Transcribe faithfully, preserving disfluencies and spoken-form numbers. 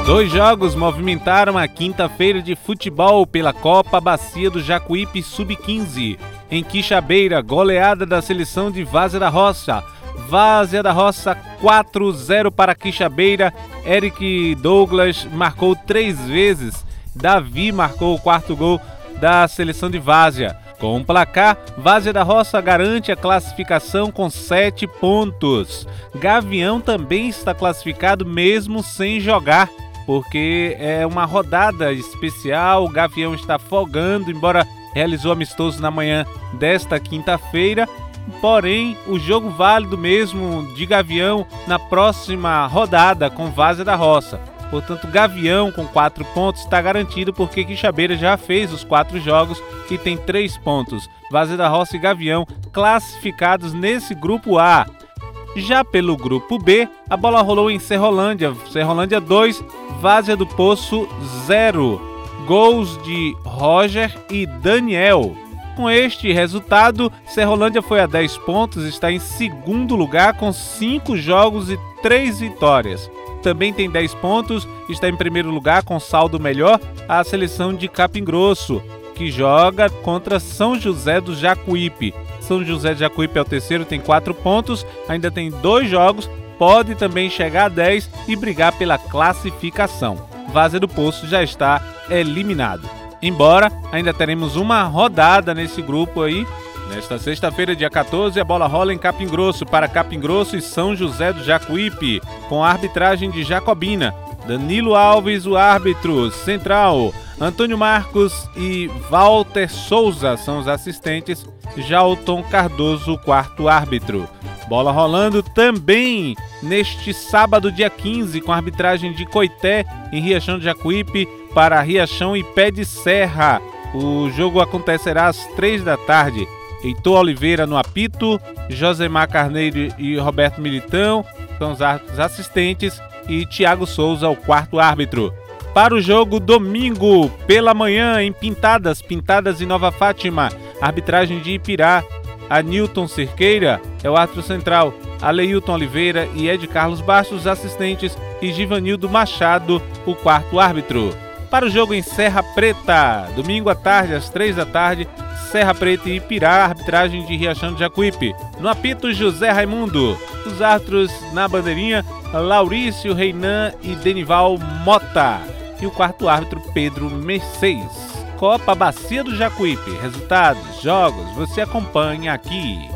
Dois jogos movimentaram a quinta-feira de futebol pela Copa Bacia do Jacuípe sub quinze. Em Quixabeira, goleada da seleção de Várzea da Roça. Várzea da Roça quatro a zero para Quixabeira. Eric Douglas marcou três vezes. Davi marcou o quarto gol da seleção de Várzea. Com o placar, Várzea da Roça garante a classificação com sete pontos. Gavião também está classificado mesmo sem jogar, porque é uma rodada especial. O Gavião está folgando, embora realizou amistoso na manhã desta quinta-feira. Porém, o jogo válido mesmo de Gavião na próxima rodada com Várzea da Roça. Portanto, Gavião com quatro pontos está garantido, porque Quixabeira já fez os quatro jogos e tem três pontos. Várzea da Roça e Gavião classificados nesse grupo A. Já pelo grupo B, a bola rolou em Serrolândia. Serrolândia dois, Várzea do Poço zero. Gols de Roger e Daniel. Com este resultado, Serrolândia foi a dez pontos, está em segundo lugar com cinco jogos e três vitórias. Também tem dez pontos, está em primeiro lugar com saldo melhor a seleção de Capim Grosso, que joga contra São José do Jacuípe. São José do Jacuípe é o terceiro, tem quatro pontos, ainda tem dois jogos, pode também chegar a dez e brigar pela classificação. Várzea do Poço já está eliminado. Embora ainda teremos uma rodada nesse grupo aí. Nesta sexta-feira, dia quatorze, a bola rola em Capim Grosso para Capim Grosso e São José do Jacuípe, com a arbitragem de Jacobina. Danilo Alves, o árbitro central. Antônio Marcos e Walter Souza são os assistentes. Jalton Cardoso, o quarto árbitro. Bola rolando também neste sábado, dia quinze, com a arbitragem de Coité em Riachão do Jacuípe para Riachão e Pé de Serra. O jogo acontecerá às três da tarde. Heitor Oliveira no apito, Josemar Carneiro e Roberto Militão são os assistentes e Thiago Souza, o quarto árbitro. Para o jogo domingo, pela manhã, em Pintadas, Pintadas e Nova Fátima, arbitragem de Ipirá. Anilton Cerqueira é o árbitro central, Aleilton Oliveira e Ed Carlos Bastos, assistentes, e Givanildo Machado, o quarto árbitro. Para o jogo em Serra Preta, domingo à tarde, às três da tarde, Serra Preta e Ipirá, arbitragem de Riachão do Jacuípe. No apito, José Raimundo. Os árbitros na bandeirinha, Laurício Reinan e Denival Mota. E o quarto árbitro, Pedro Mercedes. Copa Bacia do Jacuípe. Resultados, jogos, você acompanha aqui.